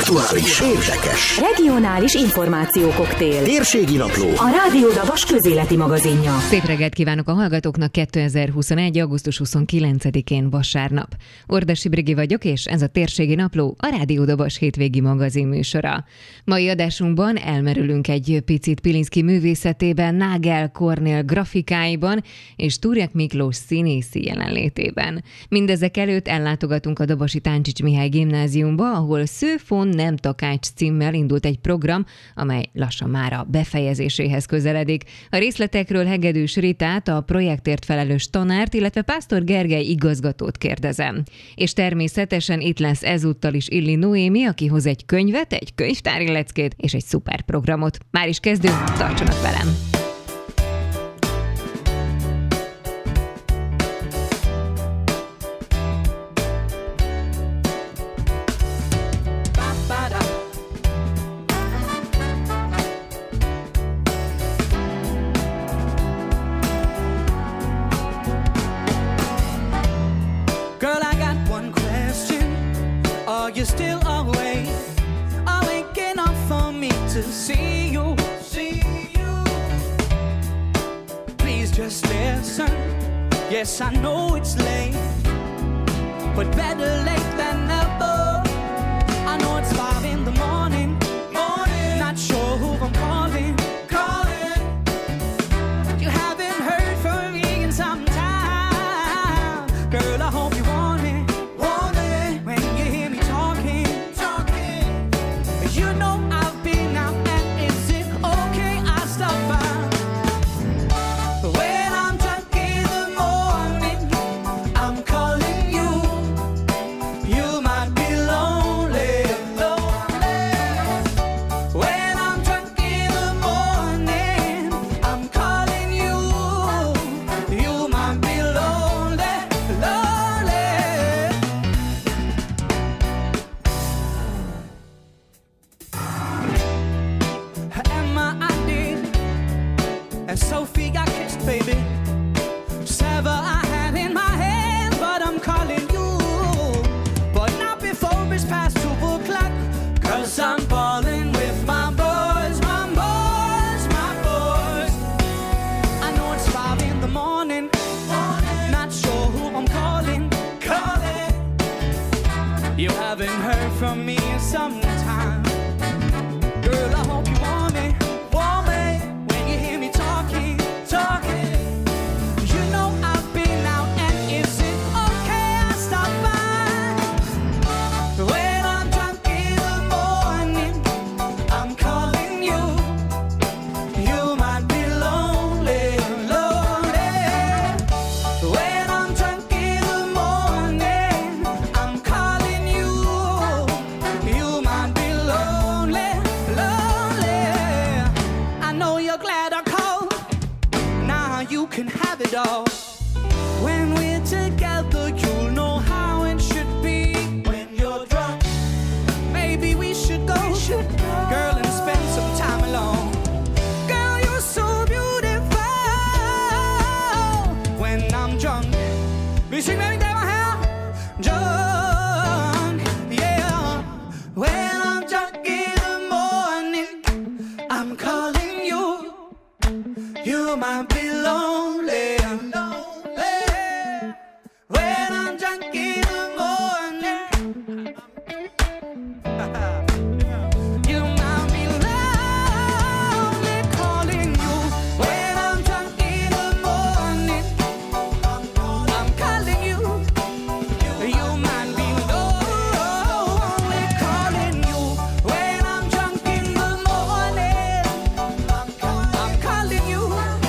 Aktuális, érdekes, regionális információkoktél. Térségi Napló. A Rádió Dabas közéleti magazinja. Szép reggelt kívánok a hallgatóknak 2021. augusztus 29-én vasárnap. Ordasi Brigi vagyok, és ez a Térségi Napló, a Rádió Dabas hétvégi magazin műsora. Mai adásunkban elmerülünk egy picit Pilinszky művészetében, Nágel Kornél grafikáiban és Turek Miklós színészi jelenlétében. Mindezek előtt ellátogatunk a Dabasi Táncsics Mihály gimnáziumba, ahol Szőfon nem takács címmel indult egy program, amely lassan már a befejezéséhez közeledik. A részletekről Hegedűs Ritát, a projektért felelős tanárt, illetve Pásztor Gergely igazgatót kérdezem. És természetesen itt lesz ezúttal is Illi Noémi, aki hoz egy könyvet, egy könyvtári leckét és egy szuper programot. Már is kezdünk, tartsanak velem! You're still awake, waking up for me to see you. Please just listen. Yes, I know it's late, but better late than never. I know it's 5 in the morning. Not sure who I'm calling. You haven't heard from me in some time. Girl, I hope you want it. Sophie got kissed, baby. Sever I had in my hand, but I'm calling you. But not before it's past 2 o'clock, 'cause I'm balling with my boys, my boys, my boys. I know it's 5 in the morning. Not sure who I'm calling. You haven't heard from me in some time. Girl, I hope you want me. You know I've been out, and is it okay I stop by? When I'm drunk in the morning, I'm calling you. You might be lonely, lonely. When I'm drunk in the morning, I'm calling you. You might be lonely, lonely. I know you're glad I called. You can have it all. When we're together, you'll know how it should be. When you're drunk, maybe we should go, girl, and spend some time alone. Girl, you're so beautiful. When I'm drunk, we sing every day my hair. Drunk, yeah. When I'm drunk in the morning, I'm calling you. You might be lonely, lonely. When I'm drunk in the morning, you might be lonely, calling you. When I'm drunk in the morning, I'm calling you. You might be lonely, calling you. When I'm drunk in the morning, I'm calling you.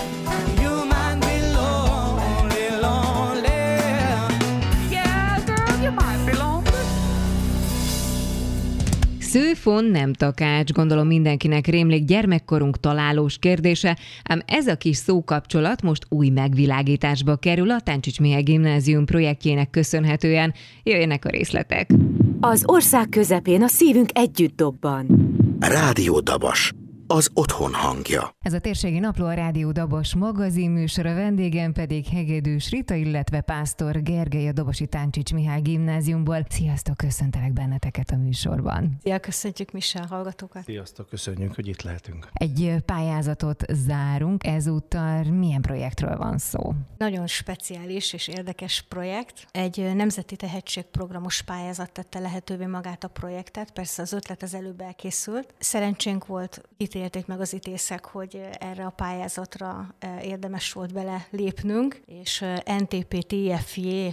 Szőfon nem takács, gondolom mindenkinek rémlik gyermekkorunk találós kérdése, ám ez a kis szókapcsolat most új megvilágításba kerül a Táncsics Mihály gimnázium projektjének köszönhetően. Jöjjenek a részletek. Az ország közepén a szívünk együtt dobban. Rádió Dabas. az otthon hangja. Ez a térségi napló a Rádió Dabas magazinműsora, vendégem pedig Hegedűs Rita, illetve Pásztor Gergely a Dobosi Táncsics Mihály Gimnáziumból. Sziasztok, köszöntelek benneteket a műsorban. Szia, köszöntjük Michel hallgatókat. Sziasztok, köszönjük, hogy itt lehetünk. Egy pályázatot zárunk, ezúttal milyen projektről van szó? Nagyon speciális és érdekes projekt. Egy nemzeti tehetségprogramos pályázat tette lehetővé magát a projektet. Persze az ötlet az előbb elkészült. Szerencsénk volt, ítélték meg az ítészek, hogy erre a pályázatra érdemes volt bele lépnünk, és NTP TFJ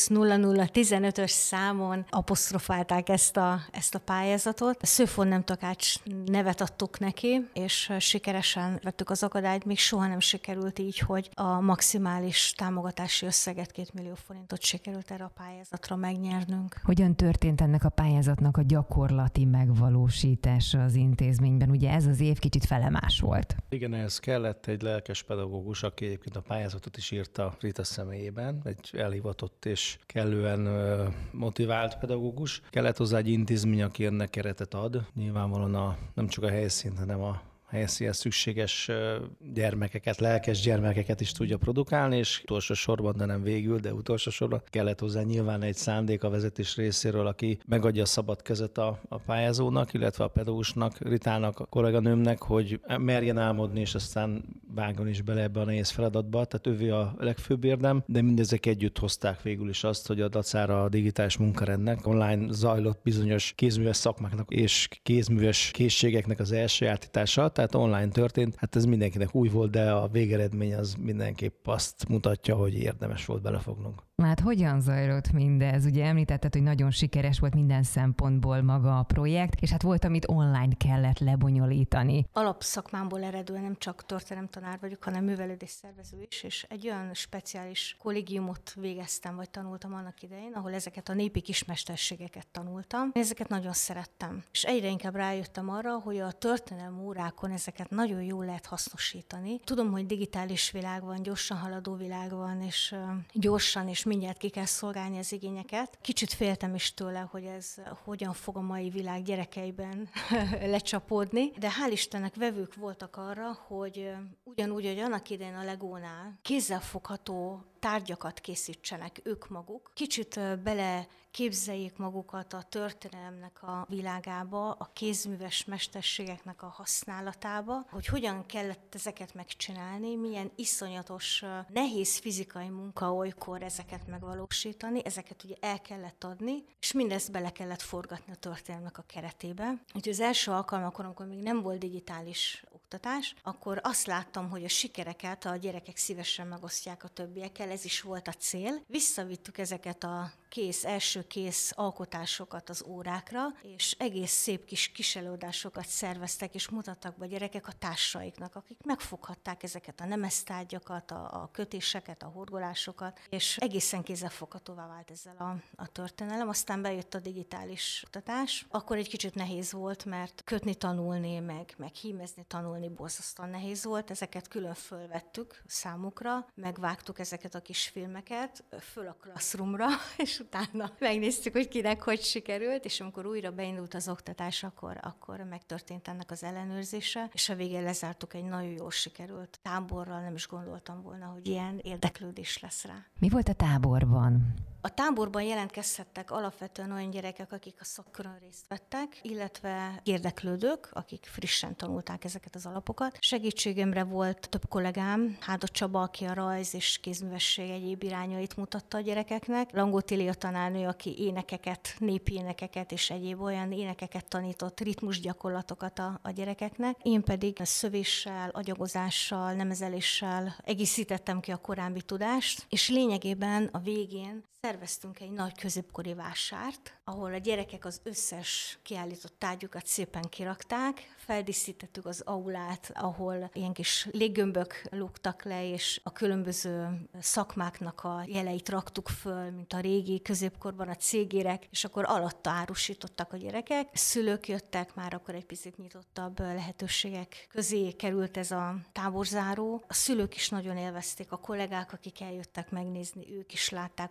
20.00.15-ös számon apostrofálták ezt a pályázatot. A Szőfon nem takács nevet adtuk neki, és sikeresen vettük az akadályt. Még soha nem sikerült így, hogy a maximális támogatási összeget, 2 millió forintot sikerült erre a pályázatra megnyernünk. Hogyan történt ennek a pályázatnak a gyakorlati megvalósítása az intézményben? Ugye ez az év kicsit felemás volt. Igen, ehhez kellett egy lelkes pedagógus, aki egyébként a pályázatot is írta Rita személyében, egy elhivatott és kellően motivált pedagógus. Kellett hozzá egy intézmény, aki ennek keretet ad. Nyilvánvalóan nem csak a helyszínt, hanem a helyszínhez szükséges gyermekeket, lelkes gyermekeket is tudja produkálni, és utolsó sorban, de nem végül, de utolsó sorban kellett hozzá nyilván egy szándék a vezetés részéről, aki megadja a szabad kezet a pályázónak, illetve a pedagógusnak, Ritának, a kolléganőmnek, hogy merjen álmodni, és aztán vágjon is bele ebbe a nehéz feladatba. Tehát ővé a legfőbb érdem, de mindezek együtt hozták végül is azt, hogy a dacára a digitális munkarendnek online zajlott bizonyos kézműves szakmáknak és kézműves készségeknek az elsajátítása, tehát online történt. Hát ez mindenkinek új volt, de a végeredmény az mindenképp azt mutatja, hogy érdemes volt belefognunk. Hát hogyan zajlott mindez? Ugye említetted, hogy nagyon sikeres volt minden szempontból maga a projekt, és hát volt, amit online kellett lebonyolítani. Alapszakmámból eredően nem csak történelemtanár vagyok, hanem művelődés szervező is, és egy olyan speciális kollégiumot végeztem, vagy tanultam annak idején, ahol ezeket a népi kismesterségeket tanultam. Ezeket nagyon szerettem. És egyre inkább rájöttem arra, hogy a történelem órákon ezeket nagyon jól lehet hasznosítani. Tudom, hogy digitális világ van, gyorsan haladó világ van, és gyorsan és mindjárt ki kell szolgálni az igényeket. Kicsit féltem is tőle, hogy ez hogyan fog a mai világ gyerekeiben lecsapódni, de hál' Istennek vevők voltak arra, hogy ugyanúgy, hogy annak idején a Legónál kézzelfogható tárgyakat készítsenek ők maguk. Kicsit bele képzeljék magukat a történelemnek a világába, a kézműves mesterségeknek a használatába, hogy hogyan kellett ezeket megcsinálni, milyen iszonyatos, nehéz fizikai munka olykor ezeket megvalósítani, ezeket ugye el kellett adni, és mindezt bele kellett forgatni a történelemnek a keretébe. Úgyhogy az első alkalmakon, amikor még nem volt digitális oktatás, akkor azt láttam, hogy a sikereket a gyerekek szívesen megosztják a többiekkel, ez is volt a cél. Visszavittük ezeket a első kész alkotásokat az órákra, és egész szép kis előadásokat szerveztek, és mutattak be a gyerekek a társaiknak, akik megfoghatták ezeket a nemesztárgyakat, a kötéseket, a horgolásokat, és egészen kézzelfoghatóvá vált ezzel a történelem. Aztán bejött a digitális oktatás. Akkor egy kicsit nehéz volt, mert kötni tanulni, meg hímezni tanulni borzasztóan nehéz volt. Ezeket külön fölvettük számukra, megvágtuk ezeket a kis filmeket föl a Classroomra, és utána megnéztük, hogy kinek hogy sikerült, és amikor újra beindult az oktatás, akkor megtörtént ennek az ellenőrzése, és a végén lezártuk egy nagyon jól sikerült táborral, nem is gondoltam volna, hogy ilyen érdeklődés lesz rá. Mi volt a táborban? A táborban jelentkezhettek alapvetően olyan gyerekek, akik a szakkörön részt vettek, illetve érdeklődők, akik frissen tanulták ezeket az alapokat. Segítségemre volt több kollégám, Hádott Csaba, aki a rajz és kézművesség egyéb irányait mutatta a gyerekeknek, Langó Tilia tanárnő, aki énekeket, népi énekeket és egyéb olyan énekeket tanított, ritmusgyakorlatokat a gyerekeknek. Én pedig szövéssel, agyagozással, nemezeléssel egészítettem ki a korábbi tudást, és lényegében a végén szerveztünk egy nagy középkori vásárt, ahol a gyerekek az összes kiállított tárgyukat szépen kirakták, feldíszítettük az aulát, ahol ilyen kis léggömbök lógtak le, és a különböző szakmáknak a jeleit raktuk föl, mint a régi középkorban a cégérek, és akkor alatta árusítottak a gyerekek. Szülők jöttek, már akkor egy picit nyitottabb lehetőségek közé került ez a táborzáró. A szülők is nagyon élvezték, a kollégák, akik eljöttek megnézni, ők is látták, hogy tényleg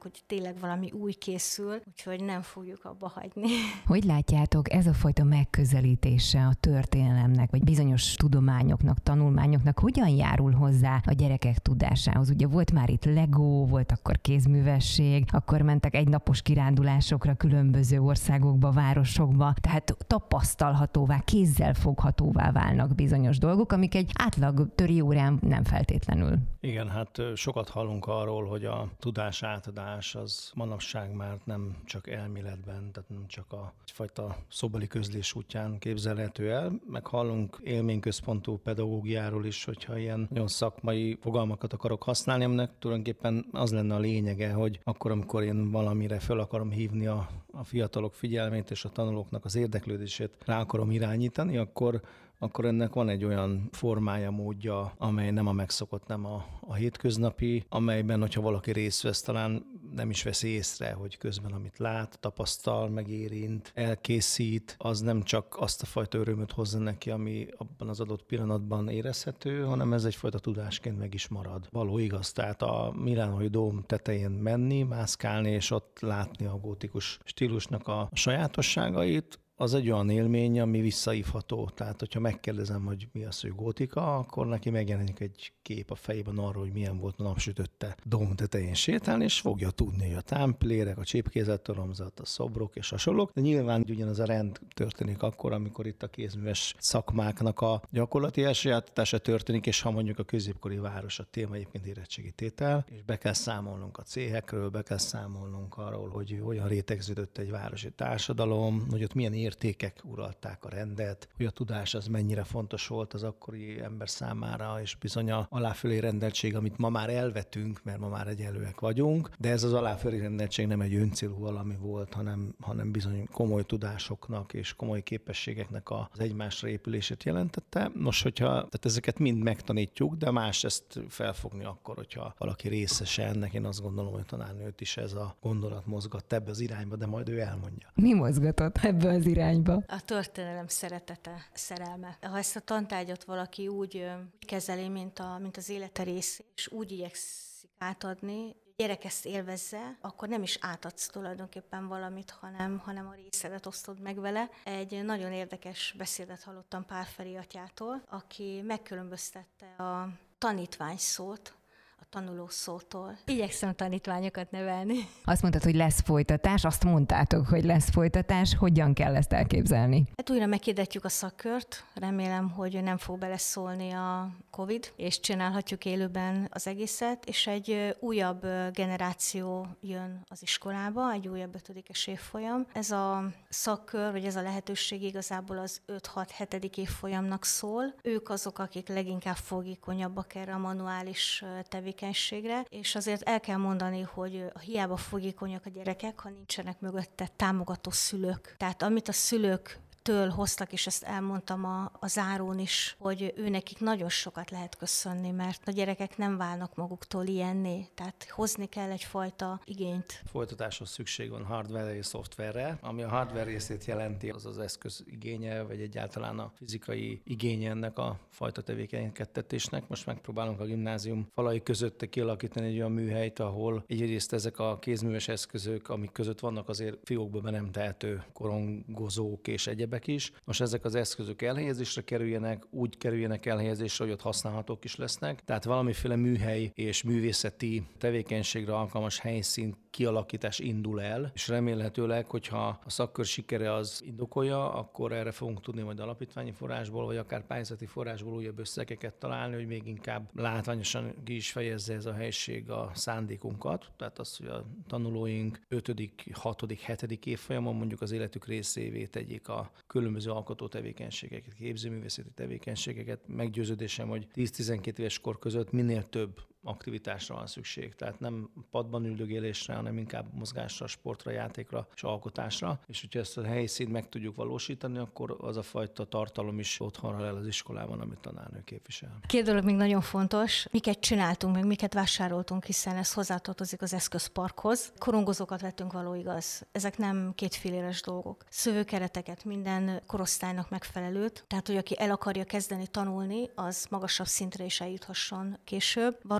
elvileg valami új készül, úgyhogy nem fogjuk abba hagyni. Hogy látjátok, ez a fajta megközelítése a történelemnek, vagy bizonyos tudományoknak, tanulmányoknak hogyan járul hozzá a gyerekek tudásához? Ugye volt már itt Lego, volt akkor kézművesség, akkor mentek egynapos kirándulásokra különböző országokba, városokba, tehát tapasztalhatóvá, kézzel foghatóvá válnak bizonyos dolgok, amik egy átlag töri órán nem feltétlenül. Igen, hát sokat hallunk arról, hogy a tudás átadás az manapság már nem csak elméletben, tehát nem csak egyfajta szóbeli közlés útján képzelhető el, meg hallunk élményközpontú pedagógiáról is, hogyha ilyen nagyon szakmai fogalmakat akarok használni, aminek tulajdonképpen az lenne a lényege, hogy akkor, amikor én valamire föl akarom hívni a fiatalok figyelmét és a tanulóknak az érdeklődését rá akarom irányítani, akkor ennek van egy olyan formája, módja, amely nem a megszokott, nem a hétköznapi, amelyben, hogyha valaki részt vesz, talán nem is veszi észre, hogy közben amit lát, tapasztal, megérint, elkészít, az nem csak azt a fajta örömöt hozza neki, ami abban az adott pillanatban érezhető, hanem ez egyfajta tudásként meg is marad. Való igaz, tehát a Milánói Dóm tetején menni, mászkálni, és ott látni a gótikus stílusnak a sajátosságait, az egy olyan élmény, ami visszaívható. Tehát, hogyha megkérdezem, hogy mi az, hogy gótika, akkor neki megjelenik egy kép a fejében arról, hogy milyen volt a napsütötte dóm tetején sétálni, és fogja tudni, hogy a támplérek, a csépkézettoromzat, a szobrok és hasonlók. De nyilván ugyanaz a rend történik akkor, amikor itt a kézműves szakmáknak a gyakorlati elsajátítása történik, és ha mondjuk a középkori város a téma egyébként érettségi tétel, és be kell számolnunk a céhekről, be kell számolnunk arról, hogy hogyan rétegződött egy városi társadalom, hogy ott milyen értékek uralták a rendet, hogy a tudás az mennyire fontos volt az akkori ember számára, és bizony a aláfölé rendeltség, amit ma már elvetünk, mert ma már egyenlőek vagyunk, de ez az aláfölé rendeltség nem egy öncélú valami volt, hanem bizony komoly tudásoknak és komoly képességeknek az egymásra épülését jelentette. Most, tehát ezeket mind megtanítjuk, de más ezt felfogni akkor, hogyha valaki részese ennek, én azt gondolom, hogy tanárnőt is ez a gondolat mozgat ebbe az irányba, de majd ő elmondja. Mi mozgatott ebbe az irányba? A történelem szeretete, szerelme. Ha ezt a tantárgyat valaki úgy kezeli, mint az élete részét, és úgy igyekszik átadni, a gyerek ezt élvezze, akkor nem is átadsz tulajdonképpen valamit, hanem a részedet osztod meg vele. Egy nagyon érdekes beszédet hallottam Pálferi atyától, aki megkülönböztette a tanítvány szót a tanuló szótól. Igyekszem tanítványokat nevelni. Azt mondtad, hogy lesz folytatás, azt mondtátok, hogy lesz folytatás, hogyan kell ezt elképzelni? Hát újra meghirdetjük a szakkört, remélem, hogy nem fog beleszólni a Covid, és csinálhatjuk élőben az egészet, és egy újabb generáció jön az iskolába, egy újabb 5. évfolyam. Ez a szakkör, vagy ez a lehetőség igazából az 5-6-7. évfolyamnak szól. Ők azok, akik leginkább fogékonyabbak erre a manuális tevékenységre, és azért el kell mondani, hogy hiába fogékonyak a gyerekek, ha nincsenek mögötte támogató szülők. Tehát amit a szülők től hoztak, és ezt elmondtam a zárón is, hogy őnekik nagyon sokat lehet köszönni, mert a gyerekek nem válnak maguktól ilyenné, tehát hozni kell egyfajta igényt. Folytatáshoz szükség van hardware és szoftverre, ami a hardware részét jelenti, az az eszköz igénye, vagy egyáltalán a fizikai igénye ennek a fajta tevékenykedtetésnek. Most megpróbálunk a gimnázium falai között kialakítani egy olyan műhelyt, ahol egyrészt ezek a kézműves eszközök, amik között vannak azért fiókba be nem tehető korongozók és egyebek is. Most ezek az eszközök elhelyezésre kerüljenek, úgy kerüljenek elhelyezésre, hogy ott használhatók is lesznek. Tehát valamiféle műhely és művészeti tevékenységre alkalmas helyszín kialakítás indul el, és remélhetőleg, hogyha a szakkör sikere az indokolja, akkor erre fogunk tudni majd alapítványi forrásból, vagy akár pályázati forrásból újabb összegeket találni, hogy még inkább látványosan ki is fejezze ez a helység a szándékunkat. Tehát az, hogy a tanulóink 5., 6., 7. évfolyamon mondjuk az életük részévé tegyék a különböző alkotó tevékenységeket, képzőművészeti tevékenységeket. Meggyőződésem, hogy 10-12 éves kor között minél több aktivitásra van szükség. Tehát nem padban üldögélésre, hanem inkább mozgásra, sportra, játékra és alkotásra. És hogyha ezt a helyszínt meg tudjuk valósítani, akkor az a fajta tartalom is otthonra el az iskolában, amit tanárnő képvisel. 2 dolog még nagyon fontos. Miket csináltunk, meg miket vásároltunk, hiszen ez hozzátartozik az eszközparkhoz. Korongozókat vettünk, való igaz. Ezek nem kétfiléres dolgok. Szövőkereteket, minden korosztálynak megfelelőt. Tehát, hogy aki el akarja kezdeni tanulni, az magasabb szintre is eljuthasson később. Való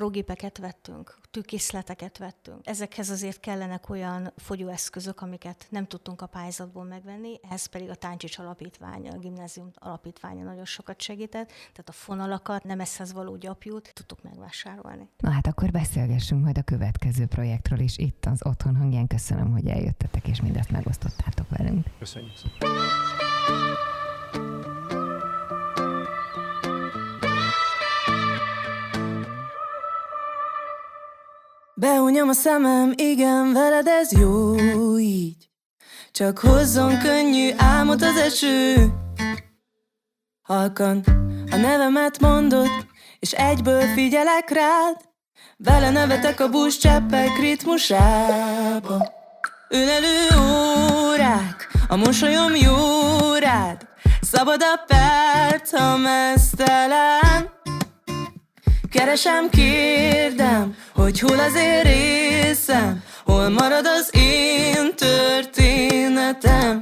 prógépeket vettünk, tűkészleteket vettünk. Ezekhez azért kellenek olyan fogyóeszközök, amiket nem tudtunk a pályázatból megvenni, ehhez pedig a Táncsics Alapítvány, a gimnázium alapítványa nagyon sokat segített, tehát a fonalakat, nemeszhez való gyapjút tudtuk megvásárolni. Na hát akkor beszélgessünk majd a következő projektről is itt az Otthon hangján. Köszönöm, hogy eljöttetek és mindezt megosztottátok velünk. Köszönjük. Behunyom a szemem, igen, veled ez jó így. Csak hozzon könnyű álmot az eső. Halkan a nevemet mondod, és egyből figyelek rád. Vele nevetek a buszcseppek ritmusába. Ölelő órák, a mosolyom jó rád. Szabad a perc, ha meztelen. Keresem, kérdem, hogy hol az én részem, hol marad az én történetem.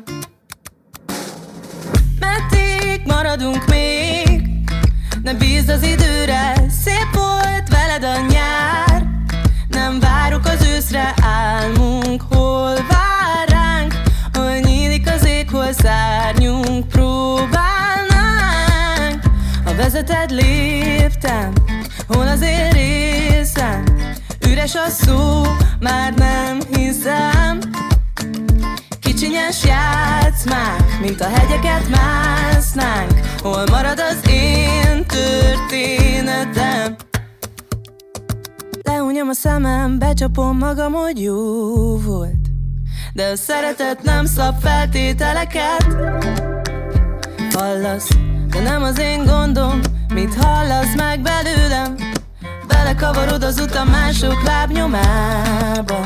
Meddig maradunk még? Ne bízd az időre, szép volt veled a nyár. Nem várok az őszre, álmunk hol vár ránk, hol nyílik az ég, hol szárnyunk próbálnánk. Ha vezeted, léptem, hol az én részem? Üres a szó, már nem hiszem. Kicsinyes játszmák, mint a hegyeket másznánk. Hol marad az én történetem? Lehunyom a szemem, becsapom magam, hogy jó volt. De a szeretet nem szab feltételeket. Hallasz, de nem az én gondom, mit hallasz meg belőlem. Belekavarod az utam mások lábnyomába.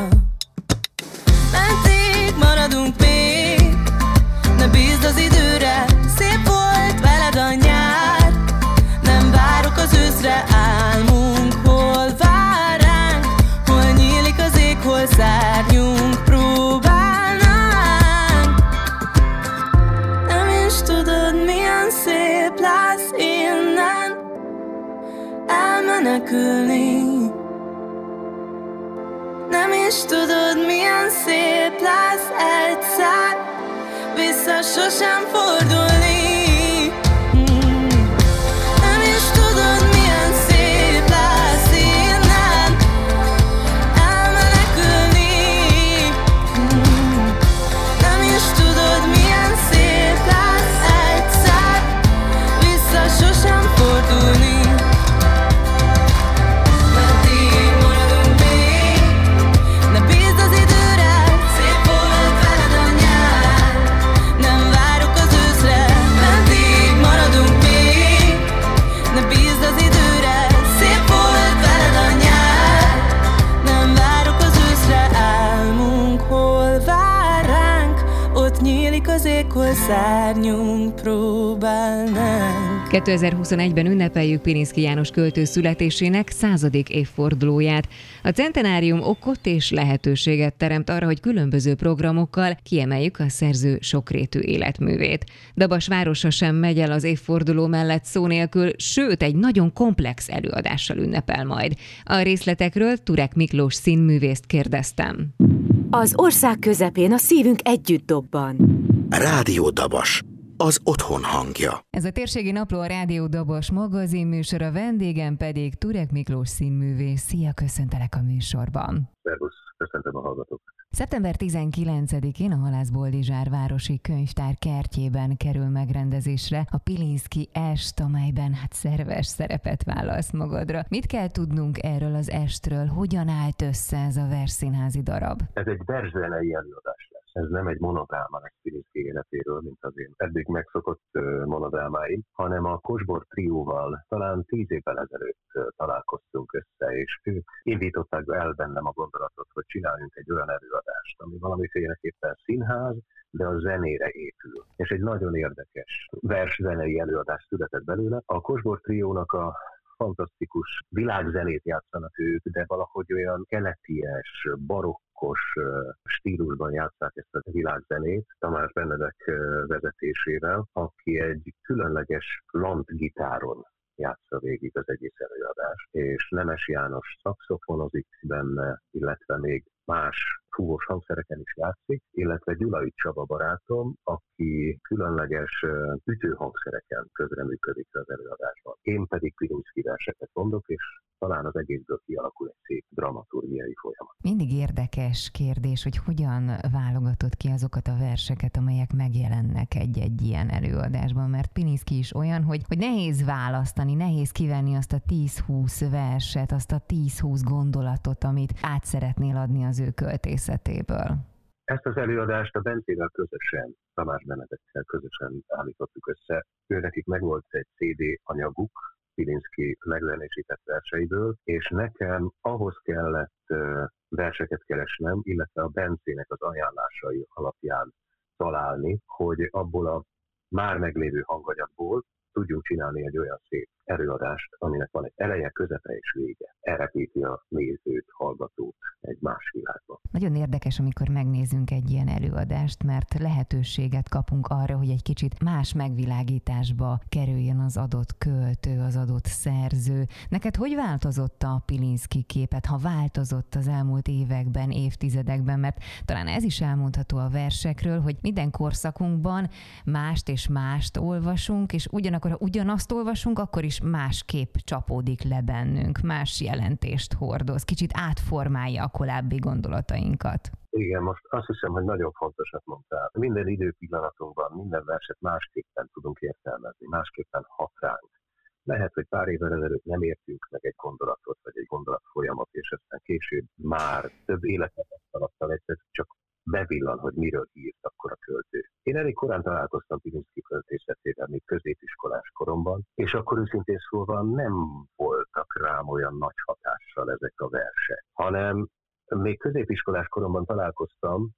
Meddig maradunk még? Ne bízd az időre, szép volt veled a nyár. Nem várok az őszre, álmunk hol vár ránk, hol nyílik az ég, hol szárnyunk próbálnánk. Nem is tudod, milyen szép lesz innen elmenekülni. Nem is tudod, milyen szép lesz egyszer vissza sosem fordulni. Nem is tudod, milyen szép lesz innen elmenekülni. Nem is tudod, milyen szép lesz egyszer vissza sosem fordulni. Hol szárnyunk próbálnánk. 2021-ben ünnepeljük Pilinszky János költő születésének 100. évfordulóját. A centenárium okot és lehetőséget teremt arra, hogy különböző programokkal kiemeljük a szerző sokrétű életművét. Dabas városa sem megy el az évforduló mellett szó nélkül, sőt egy nagyon komplex előadással ünnepel majd. A részletekről Turek Miklós színművészt kérdeztem. Az ország közepén a szívünk együtt dobban. Rádió Dabas, az otthon hangja. Ez a térségi napló, a Rádió Dabas magazinműsor, a vendégem pedig Turek Miklós színművész. Szia, köszöntelek a műsorban. Szervusz, köszöntöm a hallgatókat. Szeptember 19-én a Halász Boldizsár Városi Könyvtár kertjében kerül megrendezésre a Pilinszky est, amelyben szerves szerepet válasz magadra. Mit kell tudnunk erről az estről? Hogyan állt össze ez a versszínházi darab? Ez egy verszenei előadás lesz. Ez nem egy monodráma lesz Pilinszky életéről, mint az én eddig megszokott monodrámáim, hanem a Kosbor trióval talán 10 évvel ezelőtt találkoztunk össze, és ők indították el bennem a gondolatot, hogy csináljunk egy olyan előadást, ami valamiféleképpen színház, de a zenére épül. És egy nagyon érdekes verszenei előadás született belőle. A Kosbor triónak a fantasztikus világzenét játszanak ők, de valahogy olyan keleties, barokkos stílusban játsszák ezt a világzenét, Tamás Benedek vezetésével, aki egy különleges lantgitáron játsza végig az egész előadást, és Nemes János szaxofonozik benne, illetve még más fúvós hangszereken is játszik, illetve Gyulai Csaba barátom, aki különleges ütőhangszereken közreműködik az előadásban. Én pedig Pilinszky verseket mondok, és talán az egészből kialakul egy szép dramaturgiai folyamat. Mindig érdekes kérdés, hogy hogyan válogatod ki azokat a verseket, amelyek megjelennek egy-egy ilyen előadásban, mert Pilinszky is olyan, hogy nehéz választani, nehéz kivenni azt a 10-20 verset, azt a 10-20 gondolatot, amit át szeretnél adni az ő költészetéből. Ezt az előadást a Bencével közösen, Tamás Benedekkel közösen állítottuk össze. Őnekik megvolt egy CD anyaguk, Pilinszky megzenésített verseiből, és nekem ahhoz kellett verseket keresnem, illetve a Bencének az ajánlásai alapján találni, hogy abból a már meglévő hanganyagból tudjunk csinálni egy olyan szép előadást, aminek van egy eleje, közepe és vége. Elrepíti a nézőt, hallgatót egy más világba. Nagyon érdekes, amikor megnézünk egy ilyen előadást, mert lehetőséget kapunk arra, hogy egy kicsit más megvilágításba kerüljön az adott költő, az adott szerző. Neked hogy változott a Pilinszky képet, ha változott az elmúlt években, évtizedekben, mert talán ez is elmondható a versekről, hogy minden korszakunkban mást és mást olvasunk, és ugyanakkor, ha ugyanazt olvasunk, akkor is másképp csapódik le bennünk, más jelentést hordoz, kicsit átformálja a korábbi gondolatainkat. Igen, most azt hiszem, hogy nagyon fontosat mondtál. Minden időpillanatunkban minden verset másképpen tudunk értelmezni, másképpen hat ránk. Lehet, hogy pár évvel ezelőtt nem értünk meg egy gondolatot, vagy egy gondolatfolyamat, és aztán később már több élettapasztalattal egyszer csak bevillan, hogy miről írt akkor a költő. Én elég korán találkoztam Pilinszky költészetével, még középiskolás koromban, és akkor őszintén szólva nem voltak rám olyan nagy hatással ezek a versek, hanem még középiskolás koromban találkoztam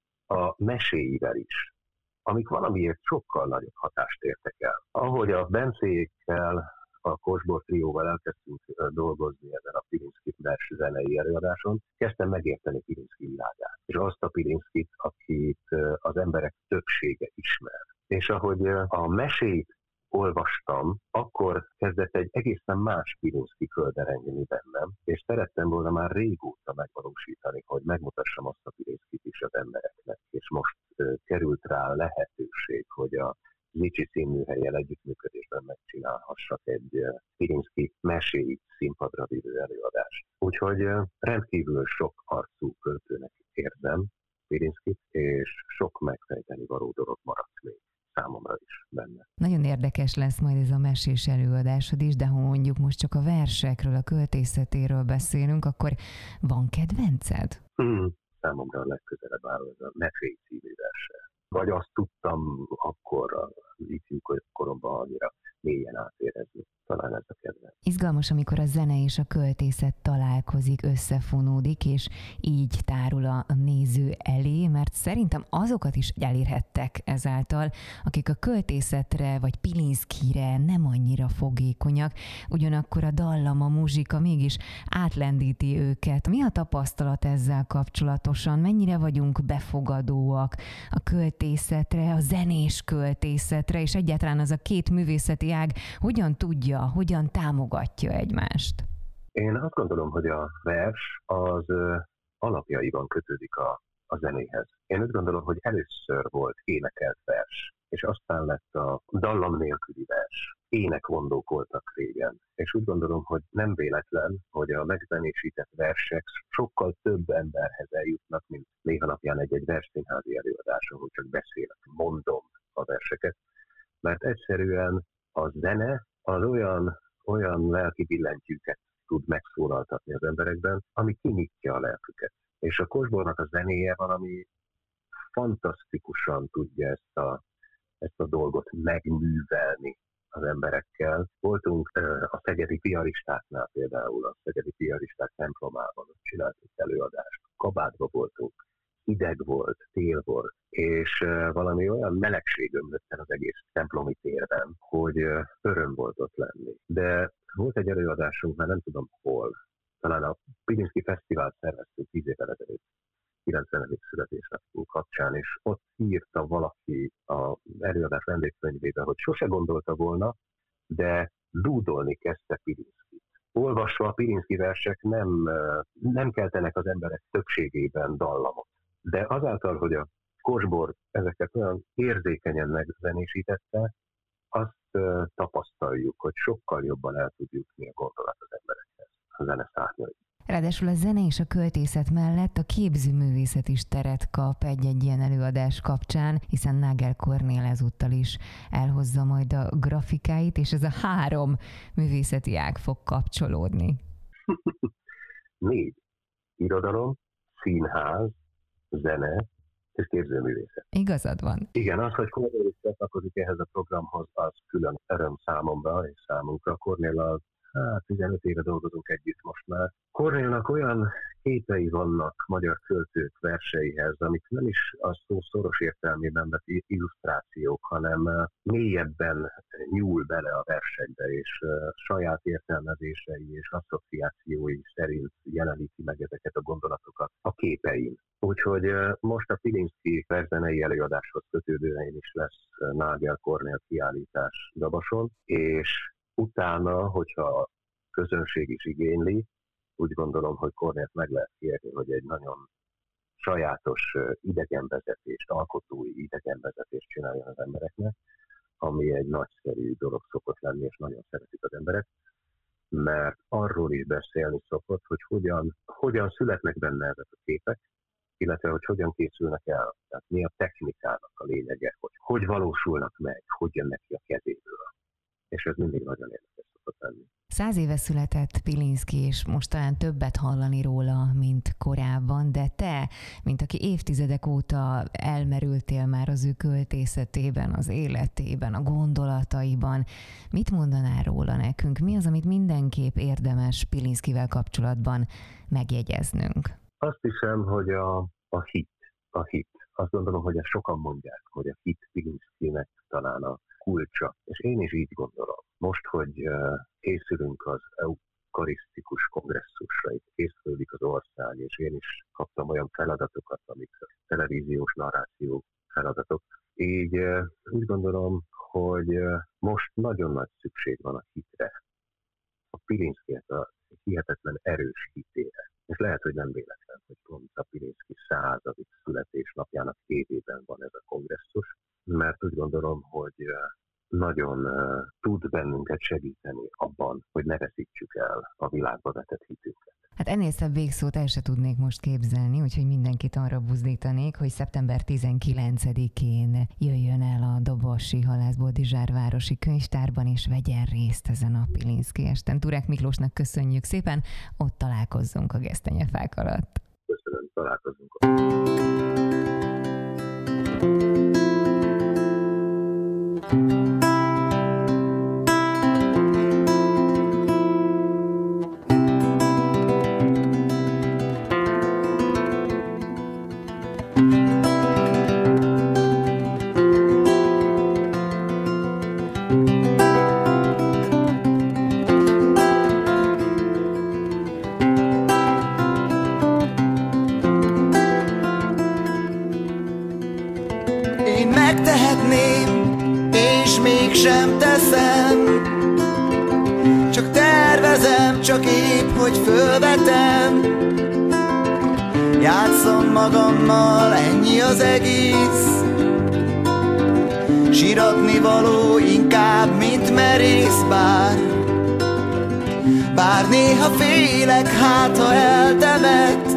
a meséivel is, amik valamiért sokkal nagyobb hatást értek el. Ahogy a Bencékkel, a Kosbor trióval elkezdtünk dolgozni ezen a Pilinszky vers zenei előadáson, kezdtem megérteni Pilinszky világát, és azt a Pilinszkyt, akit az emberek többsége ismer. És ahogy a mesét olvastam, akkor kezdett egy egészen más Pilinszky földerengeni bennem, és szerettem volna már régóta megvalósítani, hogy megmutassam azt a Pilinszkyt is az embereknek, és most került rá a lehetőség, hogy a Zicsi színműhellyel együttműködésben megcsinálhassak egy Pilinszky meséit színpadra vívő előadást. Úgyhogy rendkívül sok arcú költőnek érzem Pilinszkyt, és sok megfejteni való dolog maradt még számomra is benne. Nagyon érdekes lesz majd ez a mesés előadásod is, de ha mondjuk most csak a versekről, a költészetéről beszélünk, akkor van kedvenced? Számomra a legközelebb áll ez a Mesé című verse. Vagy azt tudtam akkor az ifjú koromban annyira mélyen átérezni. Talán ez a kedvenc. Izgalmas, amikor a zene és a költészet találkozik, összefonódik, és így tárul a néző elé, mert szerintem azokat is elérhettek ezáltal, akik a költészetre vagy Pilinszkyre nem annyira fogékonyak, ugyanakkor a dallam, a muzsika mégis átlendíti őket. Mi a tapasztalat ezzel kapcsolatosan? Mennyire vagyunk befogadóak a költészetre, a zenés költészetre, és egyáltalán az a két művészeti ág hogyan tudja, hogyan támogatja egymást? Én azt gondolom, hogy a vers az alapjaiban kötődik a zenéhez. Én úgy gondolom, hogy először volt énekelt vers, és aztán lett a dallam nélküli vers. Énekvondók voltak régen. És úgy gondolom, hogy nem véletlen, hogy a megzenésített versek sokkal több emberhez eljutnak, mint néha napján egy versszínházi előadáson, hogy csak beszélek, mondom a verseket. Mert egyszerűen a zene az olyan lelki billentyűket tud megszólaltatni az emberekben, ami kinyitja a lelküket. És a Kosbornak a zenéje valami fantasztikusan tudja ezt a dolgot megművelni az emberekkel. Voltunk a szegedi piaristáknál például, a szegedi piaristák templomában, ott csináltunk előadást. Kabátba voltunk, hideg volt, tél volt, és valami olyan melegség ömlött el az egész templomi térben, hogy öröm volt ott lenni. De volt egy előadásunk, már nem tudom hol, talán a Pilinszky Fesztivált szerveztünk 10 évvel ezelőtt, 90. születésnapunk kapcsán, és ott írta valaki az előadás vendégkönyvébe, hogy sose gondolta volna, de dúdolni kezdte Pilinszkit. Olvasva a Pilinszki versek nem keltenek az emberek többségében dallamot. De azáltal, hogy a Kosbor ezeket olyan érzékenyen megzenésítette, azt tapasztaljuk, hogy sokkal jobban el tud jutni a gondolat az emberekhez, a zene szárnyai. Ráadásul a zene és a költészet mellett a képzőművészet is teret kap egy-egy ilyen előadás kapcsán, hiszen Nágel Kornél ezúttal is elhozza majd a grafikáit, és ez a 3 művészeti ág fog kapcsolódni. 4. Irodalom, színház, zene és képzőművészet. Igazad van. Igen, az, hogy Kornél is csatlakozik ehhez a programhoz, az külön öröm számomra és számunkra. Kornéllal 15 éve dolgozunk együtt most már. Kornélnak olyan képei vannak magyar költők verseihez, amik nem is a szó szoros értelmében vett illusztrációk, hanem mélyebben nyúl bele a versekbe, és saját értelmezései és asszociációi szerint jeleníti meg ezeket a gondolatokat a képein. Úgyhogy most a Pilinszki verszenei előadáshoz kötődően is lesz Nágel Kornél kiállítás Dabason, és utána, hogyha a közönség is igényli, úgy gondolom, hogy Kornélt meg lehet kérni, hogy egy nagyon sajátos idegenvezetést, alkotói idegenvezetést csináljon az embereknek, ami egy nagyszerű dolog szokott lenni, és nagyon szeretik az emberek, mert arról is beszélni szokott, hogy hogyan születnek benne ezek a képek, illetve hogy hogyan készülnek el, tehát mi a technikának a lényege, hogy valósulnak meg, hogy jönnek ki a kezéből. És ez mindig nagyon érdekes szokott lenni. 100 éve született Pilinszki, és most talán többet hallani róla, mint korábban, de te, mint aki évtizedek óta elmerültél már az ő költészetében, az életében, a gondolataiban, mit mondanál róla nekünk? Mi az, amit mindenképp érdemes Pilinszkivel kapcsolatban megjegyeznünk? Azt hiszem, hogy a hit. Azt gondolom, hogy ezt sokan mondják, hogy a hit Pilinszkinek talán a kulcsa, és én is így gondolom. Most, hogy készülünk az eukarisztikus kongresszusra, itt készülődik az ország, és én is kaptam olyan feladatokat, amik televíziós narráció feladatok. Így úgy gondolom, hogy most nagyon nagy szükség van a hitre. A Pilinszkinek a hihetetlen erős hitére. És lehet, hogy nem véletlen, hogy pont a Pilinszki 100. születésnapjának évében van ez a kongresszus, mert úgy gondolom, hogy nagyon tud bennünket segíteni abban, hogy ne veszítsük el a világba vetett hitünket. Hát ennél szebb végszót el se tudnék most képzelni, úgyhogy mindenkit arra buzdítanék, hogy szeptember 19-én jöjjön el a Dobosi Halászboldizsár városi könyvtárban, és vegyen részt ezen a Pilinszki esten. Turek Miklósnak köszönjük szépen, ott találkozzunk a gesztenyefák alatt. Köszönöm, találkozunk. Én megtehetném, és mégsem teszem. Csak tervezem, csak épp, hogy fölvetem. Játszom magammal, ennyi az egész. Siratni való inkább, mint merész bár néha félek, hát ha eltemet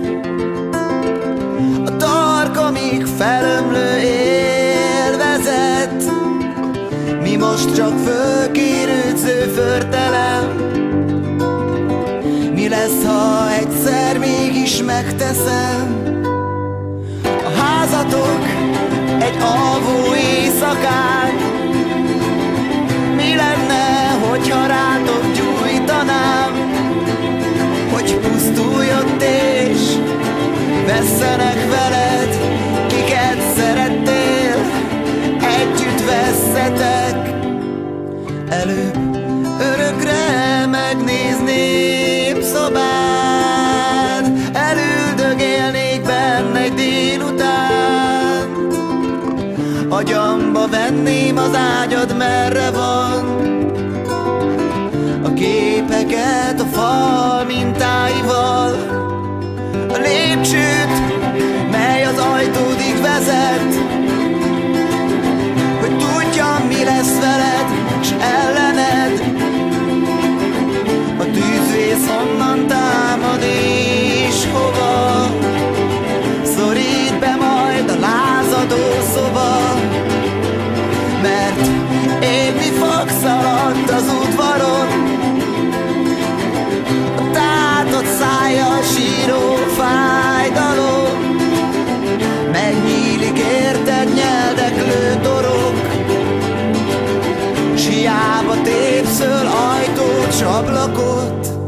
a tarkomig felömlő élvezet. Mi most csak fölkérődző förtelem. Mi lesz, ha egyszer mégis megteszem? A házatok egy alvó éjszakán. Mi lenne, hogyha rátok gyújtanám, hogy pusztulj ott és vesszenek veled, kiket szerettél, együtt vesszetek. Előbb örökre megnézném szobád, elüldögélnék benne egy délután. Agyamba venném az ágyad, merre van, ablakot.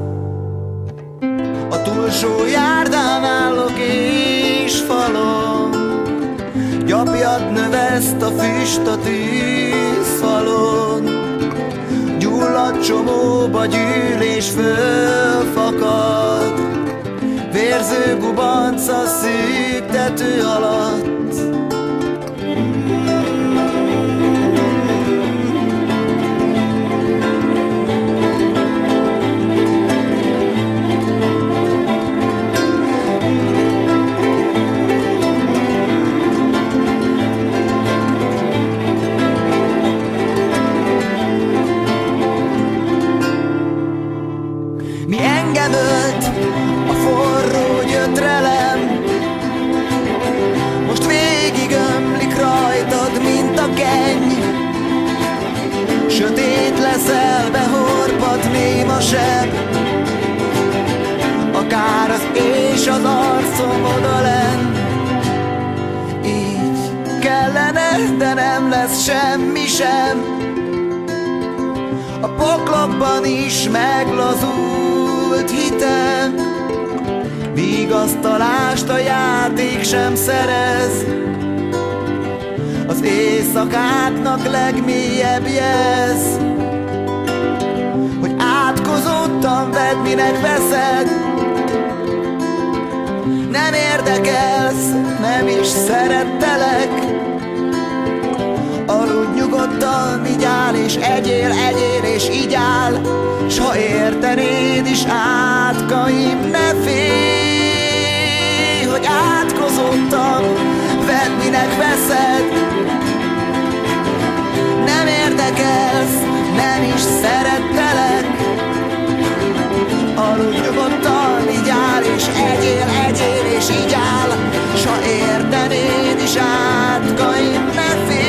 A túlsó járdán állok és falom, gyapjat növeszt a füst a tűzfalon. Gyulladt csomóba gyűl és fölfakad, vérző gubanc a szűk tető alatt. Mi engem ölt a forró gyötrelem, most végig ömlik rajtad, mint a kenny. Sötét leszel, behorpad néma seb, akár az és az arcom odalenn. Így kellene, de nem lesz semmi sem. A poklokban is meglazult hitem, vigasztalást a játék sem szerez. Az éjszakáknak legmélyebb jelz, hogy átkozottan vedd, minek veszed. Nem érdekelsz, nem is szerettelek. Aludj nyugodtan, vigyál és egyél és igyál, s ha értenéd is átkaim, ne félj, hogy átkozottan vedd, minek veszed. Nem érdekelsz, nem is szerettelek. Aludj nyugodtan, vigyál és egyél és igyál, s ha értenéd is átkaim, ne félj.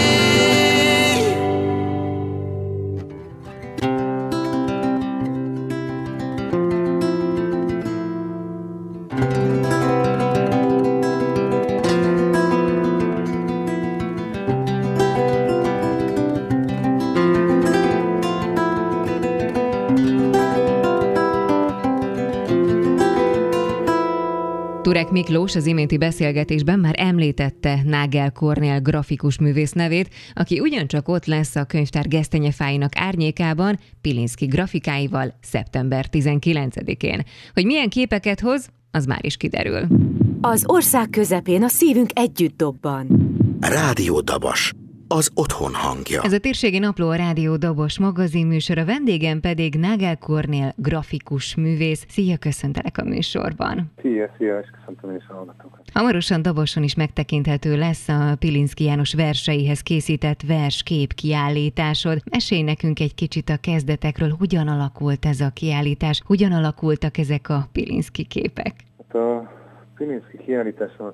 Turek Miklós az iménti beszélgetésben már említette Nágel Kornél grafikus művész nevét, aki ugyancsak ott lesz a könyvtár gesztenyefáinak árnyékában Pilinszky grafikáival szeptember 19-én. Hogy milyen képeket hoz, az már is kiderül. Az ország közepén a szívünk együtt dobban. Rádió Dabas, az otthon hangja. Ez a Térségi Napló, a Rádió Dabas magazinműsora, vendégem pedig Nágel Kornél grafikus művész. Szia, köszöntelek a műsorban. Szia, és köszöntöm én is a hallgatókat. Hamarosan Dabason is megtekinthető lesz a Pilinszky János verseihez készített verskép kiállításod. Mesélj nekünk egy kicsit a kezdetekről, hogyan alakult ez a kiállítás, hogyan alakultak ezek a Pilinszky képek? Hát a Pilinszky kiállítás az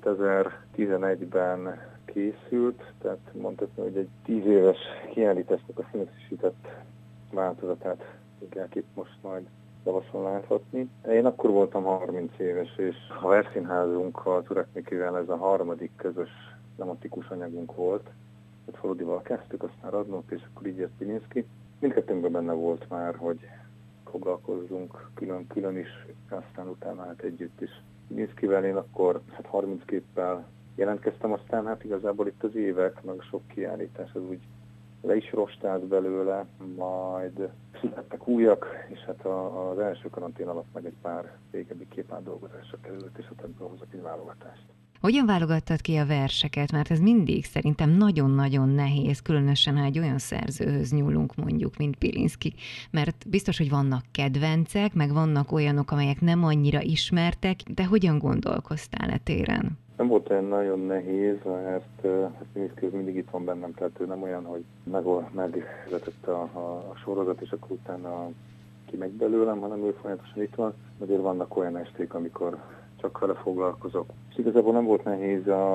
2011-ben készült, tehát mondhatni, hogy egy 10 éves kiállításnak a színesített változatát fogják itt most majd Dabason láthatni. Én akkor voltam 30 éves, és a versszínházunk a Turek Mikivel ez a harmadik közös tematikus anyagunk volt. Tehát Falodival kezdtük, aztán Radnót, és akkor így jött Pilinszky. Mindkettőnkben benne volt már, hogy foglalkozzunk külön-külön is, aztán utána hát együtt is. Pilinszkyvel én akkor 30 képpel jelentkeztem, aztán hát igazából itt az évek, meg sok kiállítás az úgy le is rostált belőle, majd születtek újak, és hát az első karantén alatt meg egy pár régebbi kép átdolgozásra került, és hát ebből hozok egy válogatást. Hogyan válogattad ki a verseket? Mert ez mindig szerintem nagyon-nagyon nehéz, különösen ha egy olyan szerzőhöz nyúlunk mondjuk, mint Pilinszky. Mert biztos, hogy vannak kedvencek, meg vannak olyanok, amelyek nem annyira ismertek, de hogyan gondolkoztál e téren? Nem volt olyan nagyon nehéz, mert Pilinszky mindig itt van bennem, tehát ő nem olyan, hogy megvezetett a sorozat, és akkor utána kimegy belőlem, hanem ő folyamatosan itt van. Azért vannak olyan esték, amikor csak vele foglalkozok. És igazából nem volt nehéz a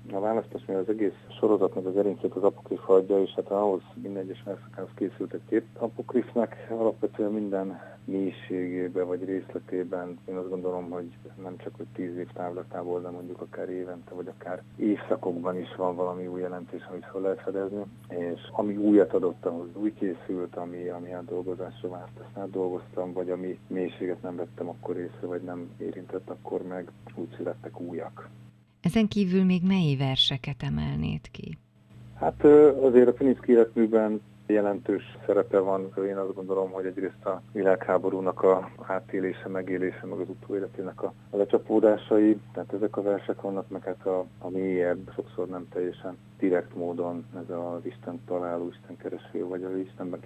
A választás, mivel az egész sorozatnak az gerincét az apokrif adja, és hát ahhoz minden egyes verszakához készült egy kép. Apokrifnek alapvetően minden mélységében vagy részletében én azt gondolom, hogy nem csak hogy 10 év távlatából, de mondjuk akár évente, vagy akár évszakokban is van valami új jelentés, amit fel lehet fedezni, és ami újat adott, ahhoz új készült, ami átdolgozásra várt, ezt átdolgoztam, vagy ami mélységet nem vettem akkor észre, vagy nem érintett akkor meg, úgy születtek újak. Ezen kívül még mely verseket emelnéd ki? Hát azért a Pilinszky életműben jelentős szerepe van. Én azt gondolom, hogy egyrészt a világháborúnak a átélése, megélése, meg az utóéletének a lecsapódásai, tehát ezek a versek vannak, meg hát a mélyebb, sokszor nem teljesen direkt módon ez az Isten találó, Isten kereső, vagy az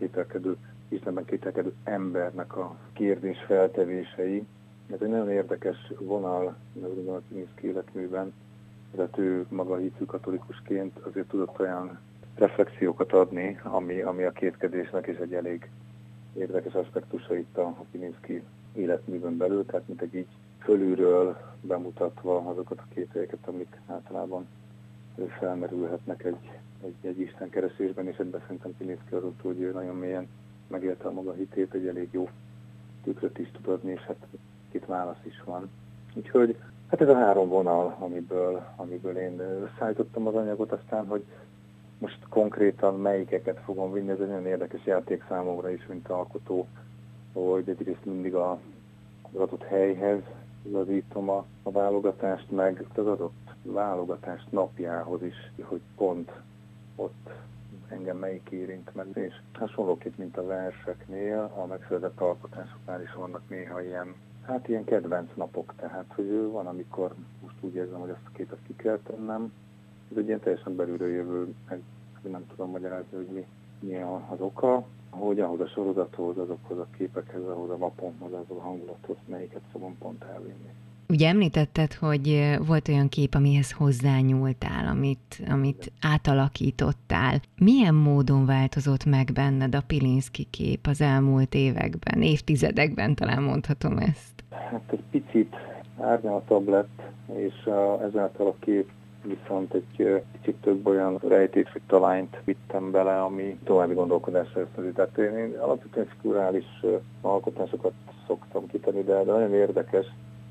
Istenben kételkedő embernek a kérdés feltevései. Ez egy nagyon érdekes vonal, azt gondolom, a Pilinszky életműben, tehát ő maga hitű katolikusként azért tudott olyan reflexiókat adni, ami a kétkedésnek is egy elég érdekes aspektusa itt a Pilinszky életműben belül, tehát mint egy így fölülről bemutatva azokat a kételyeket, amik általában felmerülhetnek egy istenkeresésben, és ebben szerintem Pilinszky azon túl, hogy ő nagyon mélyen megélte a maga hitét, egy elég jó tükröt is tud adni, és hát itt válasz is van. Úgyhogy hát ez a 3 vonal, amiből én összeállítottam az anyagot, aztán, hogy most konkrétan melyikeket fogom vinni, ez egy nagyon érdekes játék számomra is, mint alkotó, hogy egyrészt mindig az adott helyhez igazítom a válogatást, meg az adott válogatás napjához is, hogy pont ott engem melyik érint meg. És hasonlóképp, mint a verseknél, a megszületett alkotásoknál is vannak néha ilyen kedvenc napok, tehát hogy van, amikor most úgy érzem, hogy azt a képet ki kell tennem. Ez egy ilyen teljesen belülről jövő, nem tudom magyarázni, hogy mi az oka, hogy ahhoz a sorozathoz, azokhoz a képekhez, ahhoz a vaponhoz, ahhoz a hangulathoz, melyiket fogom pont elvinni. Ugye említetted, hogy volt olyan kép, amihez hozzányúltál, amit átalakítottál. Milyen módon változott meg benned a Pilinszky kép az elmúlt években, évtizedekben, talán mondhatom ezt? Hát egy picit árnyaltabb lett, és ezáltal a kép viszont egy kicsit több olyan rejtét vagy talányt vittem bele, ami további gondolkodásra ösztönzi. Tehát én alapvetően figurális alkotásokat szoktam kitenni, de nagyon érdekes,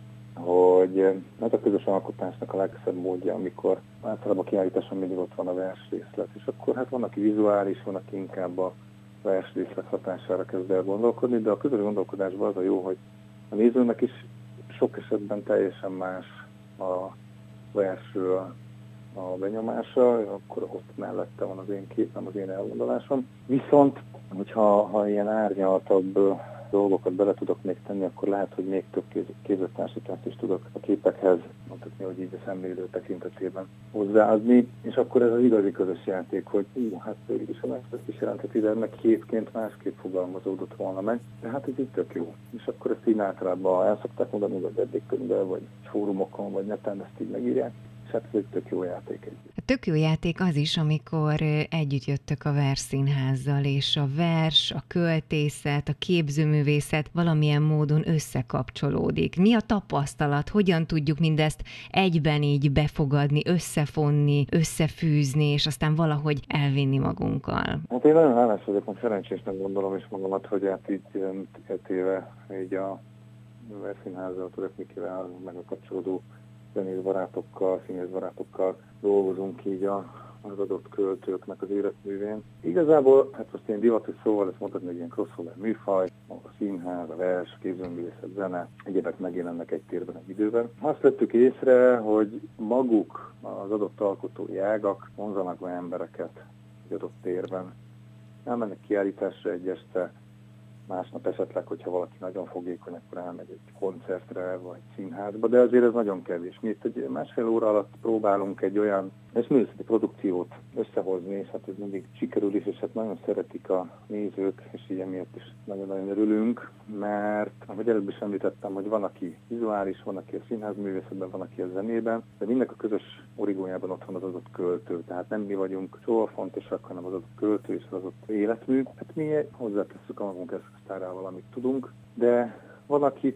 hogy ez a közös alkotásnak a legszebb módja, amikor általában a kiállításon mindig ott van a versrészlet, és akkor hát van, aki vizuális, van, aki inkább a versrészlet hatására kezd el gondolkodni, de a közös gondolkodásban az a jó, hogy a nézőnek is sok esetben teljesen más a versről a benyomása, akkor ott mellette van az én képem, az én elgondolásom. Viszont, hogyha ilyen árnyaltabb dolgokat bele tudok még tenni, akkor lehet, hogy még több képzettársítást is tudok a képekhez, mondhatni, hogy így a szemlélő tekintetében hozzáadni, és akkor ez az igazi közös játék, hogy hát is a másik is jelentheti, de meg képként másképp fogalmazódott volna meg, de hát ez így tök jó. És akkor ezt így általában el szokták mondani, vagy eddigkönyvben, vagy fórumokon, vagy neten ezt így megírják, és hát ez egy tök jó játék együtt. A tök jó játék az is, amikor együtt jöttök a Versszínházzal, és a vers, a költészet, a képzőművészet valamilyen módon összekapcsolódik. Mi a tapasztalat? Hogyan tudjuk mindezt egyben így befogadni, összefonni, összefűzni, és aztán valahogy elvinni magunkkal? Hát én nagyon hálás vagyok, mert szerencsésnek gondolom is magamat, hogy hát így 2 éve így a Versszínházzal, Török Mikivel, meg a kapcsolódó zenészbarátokkal, színészbarátokkal dolgozunk így az adott költőknek az életművén. Igazából, hát most én divatos szóval ezt mondhatni, hogy ilyen crossover műfaj, a színház, a vers, képzőművészet, zene, egyébek megjelennek egy térben egy időben. Azt vettük észre, hogy maguk az adott alkotói ágak vonzanak be embereket egy adott térben. Elmennek kiállításra egy este, másnap esetleg, hogyha valaki nagyon fogékony, akkor elmegy egy koncertre vagy színházba, de azért ez nagyon kevés. Mi itt egy 1,5 óra alatt próbálunk egy olyan művészeti produkciót összehozni, és hát ez mindig sikerül is, és hát nagyon szeretik a nézők, és így emiatt is nagyon-nagyon örülünk, mert ahogy előbb is említettem, hogy van, aki vizuális, van, aki a színházművészetben, van, aki a zenében, de mindnek a közös origójában ott van az adott költő, tehát nem mi vagyunk soha fontosak, hanem az adott költő és az adott életmű. Hát mi hozzátesszük a magunk eszköztárával, amit tudunk, de van, akit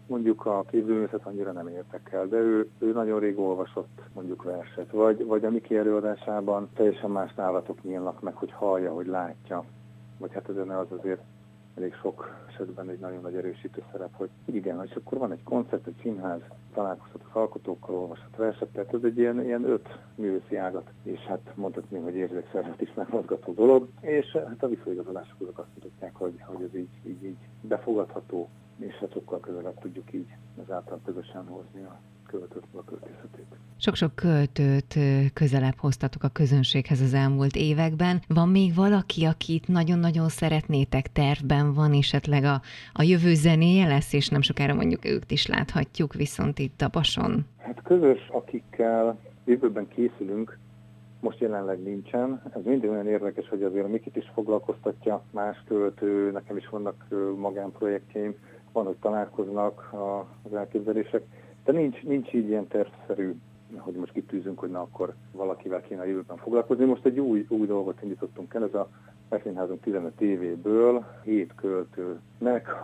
mondjuk a képzőművészet annyira nem érdekel, de ő nagyon rég olvasott mondjuk verset, vagy a Miki előadásában teljesen más tálatok nyílnak meg, hogy hallja, hogy látja, vagy hát a zene az azért elég sok esetben egy nagyon nagy erősítő szerep, hogy igen, és akkor van egy koncert, egy színház, találkozhat az alkotókkal, olvashat verset, tehát ez egy ilyen 5 művészi ágat, és hát mondhatni, hogy érzékszervet is megmozgató dolog, és hát a visszaigazolások azok azt mutatják, hogy ez így befogadható, és hát sokkal közelebb tudjuk így ezáltal közösen hozni a költőt, a költészetét. Sok-sok költőt közelebb hoztatok a közönséghez az elmúlt években. Van még valaki, akit nagyon-nagyon szeretnétek, tervben van, esetleg a jövő zenéje lesz, és nem sokára mondjuk őt is láthatjuk viszont itt a Bason? Hát közös, akikkel jövőben készülünk, most jelenleg nincsen. Ez mindig olyan érdekes, hogy azért a Mikit is foglalkoztatja más költő, nekem is vannak magánprojektjeim, van, hogy találkoznak az elképzelések, de nincs így ilyen tervszerű, hogy most kitűzünk, hogy na akkor valakivel kéne a jövőben foglalkozni. Most egy új dolgot indítottunk el, ez a Megszínházunk 15 évéből 7 költőnek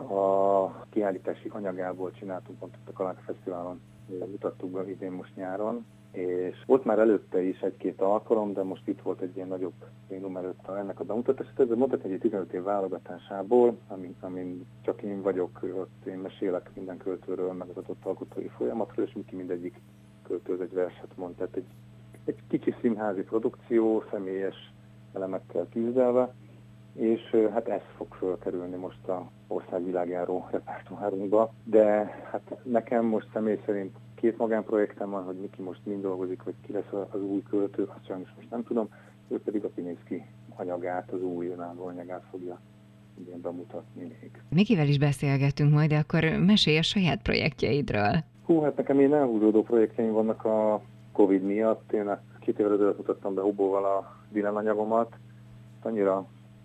a kiállítási anyagából csináltunk, pont a Kalánka Fesztiválon mutattuk be idén most nyáron, és volt már előtte is 1-2 alkalom, de most itt volt egy ilyen nagyobb plénum előtt ennek a bemutatása. Ez mondhatni egy 15 év válogatásából, amin csak én vagyok, ott én mesélek minden költőről, meg az adott alkotói folyamatról, és Miki mindegyik költő egy verset mond. Tehát egy kicsi színházi produkció, személyes elemekkel küzdelve, és hát ez fog fölkerülni most a országvilágjáró repertoárunkba, de hát nekem most személy szerint 2 magánprojektem van, hogy Miki most mind dolgozik, hogy ki lesz az új költő, azt sajnos most nem tudom, ő pedig a Pinészki anyagát, az új önálló anyagát fogja igen bemutatni még. Mikivel is beszélgetünk majd, de akkor mesélj a saját projektjeidről. Hát nekem ilyen elhúzódó projektjeim vannak a Covid miatt. Én 2 évvel ezelőtt mutattam be Hubóval a Dylan anyagomat. Annyira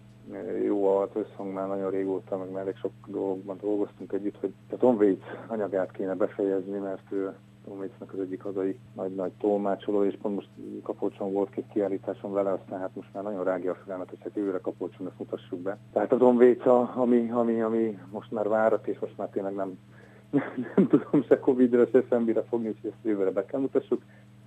jó az összhang már nagyon régóta, meg már elég sok dolgokban dolgoztunk együtt, hogy a Tom Waits anyagát kéne befejezni, mert ő Tom Waitsnak az egyik hazai nagy tolmácsoló, és pont most Kapolcson volt 2 kiállításom vele, aztán hát most már nagyon rágja a fülemet, hogy hát jövőre Kapolcson ezt mutassuk be. Tehát a Tom Waits, ami most már várat, és most már tényleg nem tudom se Covid-ra, se semmire fogni, úgyhogy ezt jövőre be kell mutassuk.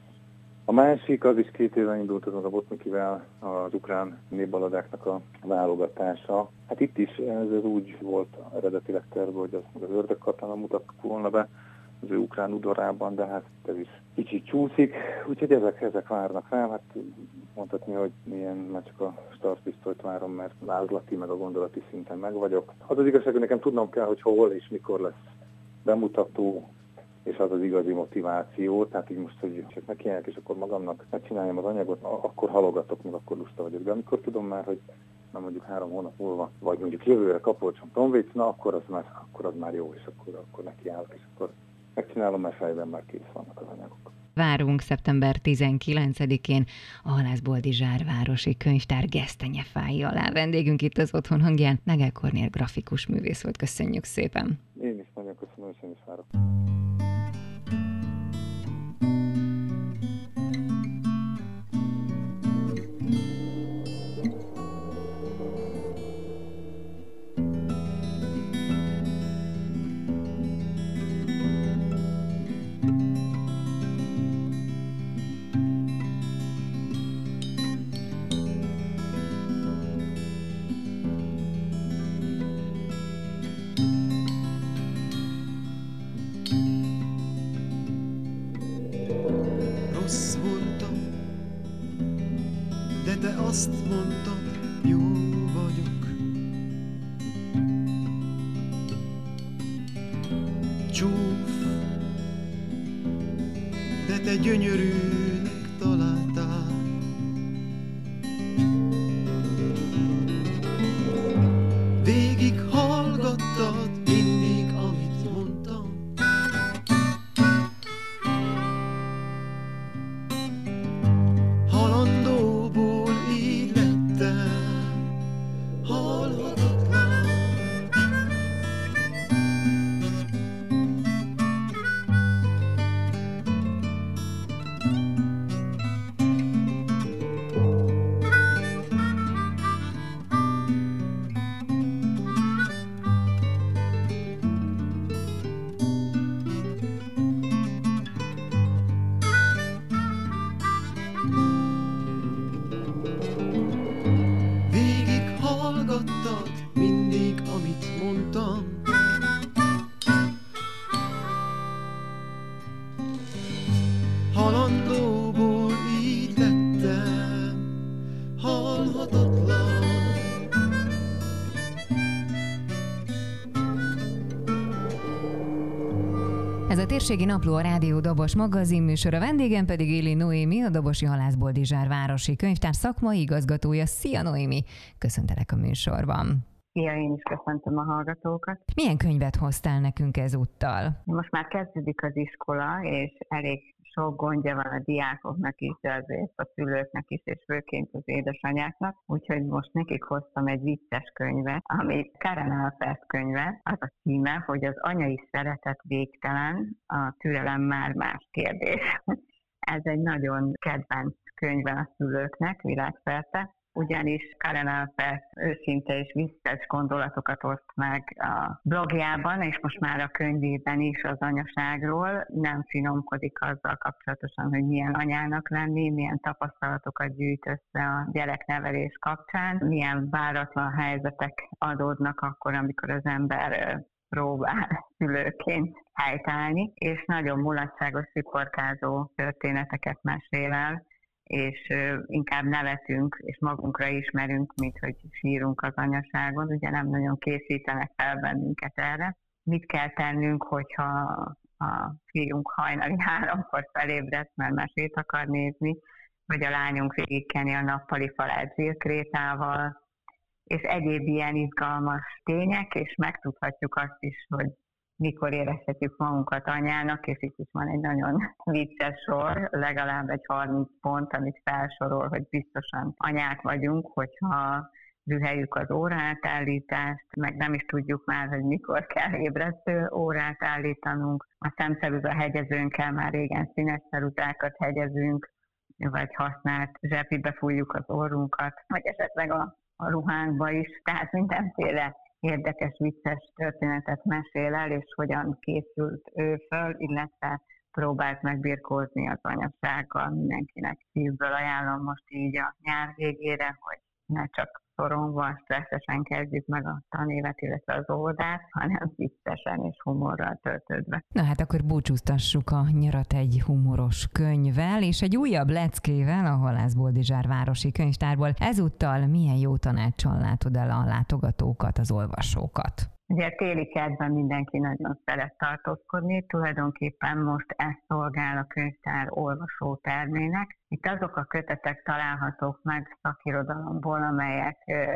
A másik, az is 2 éve indult azon a Botnikivel az ukrán népballadáknak a válogatása. Hát itt is ez úgy volt eredetileg terve, hogy az Ördögkatona mutattuk volna be az ő ukrán udvarában, de hát ez is kicsit csúszik, úgyhogy ezek várnak rá. Hát mondhatni, hogy milyen, már csak a startpisztolyt várom, mert vázlati meg a gondolati szinten meg vagyok. Az igazság, hogy nekem tudnom kell, hogy hol és mikor lesz bemutató, és az az igazi motiváció, tehát így most, hogy csak nekiállják, és akkor magamnak megcsináljam az anyagot, akkor halogatok, meg akkor lusta vagyok. De amikor tudom már, hogy na mondjuk 3 hónap múlva, vagy mondjuk jövőre Kapolcson Tom Waits, na akkor az már jó, és akkor nekiállok, és akkor megcsinálom, mert fejben már kész vannak az anyagok. Várunk szeptember 19-én a Halász Boldizsár városi könyvtár gesztenyefái alá. Vendégünk itt az Otthon hangján Negel Kornél grafikus művész volt. Köszönjük szépen! Én is nagyon köszönöm, és én is várok. Azt mondtad, jó vagyok. Csúf, de te gyönyörűnek találtál. Végig hallgattad mindig, amit mondtam. Halandóból így lettem, halhatatlan. mindig, amit mondtam. Halandóból így lettem halhatatlan. Ez a Térségi Napló, a Rádió Dobos magazin műsora, vendégem pedig Éli Noémi, a Dobosi Halászboldizsár városi könyvtár szakmai igazgatója. Szia Noémi, köszöntelek a műsorban. Szia, én is köszöntöm a hallgatókat. Milyen könyvet hoztál nekünk ezúttal? Most már kezdődik az iskola, és elég sok gondja van a diákoknak is, de azért a szülőknek is, és főként az édesanyáknak. Úgyhogy most nekik hoztam egy vicces könyvet, ami Karen Alpert könyve. Az a címe, hogy az anyai szeretet végtelen, a türelem már más kérdés. Ez egy nagyon kedvenc könyve a szülőknek világszerte, ugyanis Karen Alpert őszinte és vicces gondolatokat oszt meg a blogjában, és most már a könyvében is az anyaságról. Nem finomkodik azzal kapcsolatosan, hogy milyen anyának lenni, milyen tapasztalatokat gyűjt össze a gyereknevelés kapcsán, milyen váratlan helyzetek adódnak akkor, amikor az ember próbál szülőként helytállni, és nagyon mulatságos, sziporkázó történeteket mesél el, és inkább nevetünk, és magunkra ismerünk, mint hogy sírunk az anyaságon. Ugye nem nagyon készítenek fel bennünket erre. Mit kell tennünk, hogyha a fiunk hajnali 3-kor felébredt, mert mesét akar nézni, vagy a lányunk végigkeni a nappali falát zsírkrétával, és egyéb ilyen izgalmas tények, és megtudhatjuk azt is, hogy mikor érezhetjük magunkat anyának, és itt is van egy nagyon vicces sor, legalább egy 30 pont, amit felsorol, hogy biztosan anyák vagyunk, hogyha düheljük az óraátállítást, meg nem is tudjuk már, hogy mikor kell ébresztő órát állítanunk. A szemszerűző hegyezőnkkel már régen színes ceruzákat hegyezünk, vagy használt zsepibe fújjuk az orrunkat, vagy esetleg a ruhánkba is, tehát mindenféle érdekes, vicces történetet mesél el, és hogyan készült ő föl, illetve próbált megbirkózni az anyasággal. Mindenkinek szívből ajánlom most így a nyár végére, hogy ne csak szorongva, stresszesen kezdjük meg a tanévet, illetve az óvodát, hanem viccesen és humorral töltődve. Na hát akkor búcsúztassuk a nyarat egy humoros könyvvel, és egy újabb leckével a Halászboldizsár városi könyvtárból. Ezúttal milyen jó tanáccsal látod el a látogatókat, az olvasókat? Ugye a téli kertben mindenki nagyon szeret tartózkodni, tulajdonképpen most ez szolgál a könyvtár olvasó termének. Itt azok a kötetek találhatók meg szakirodalomból, amelyek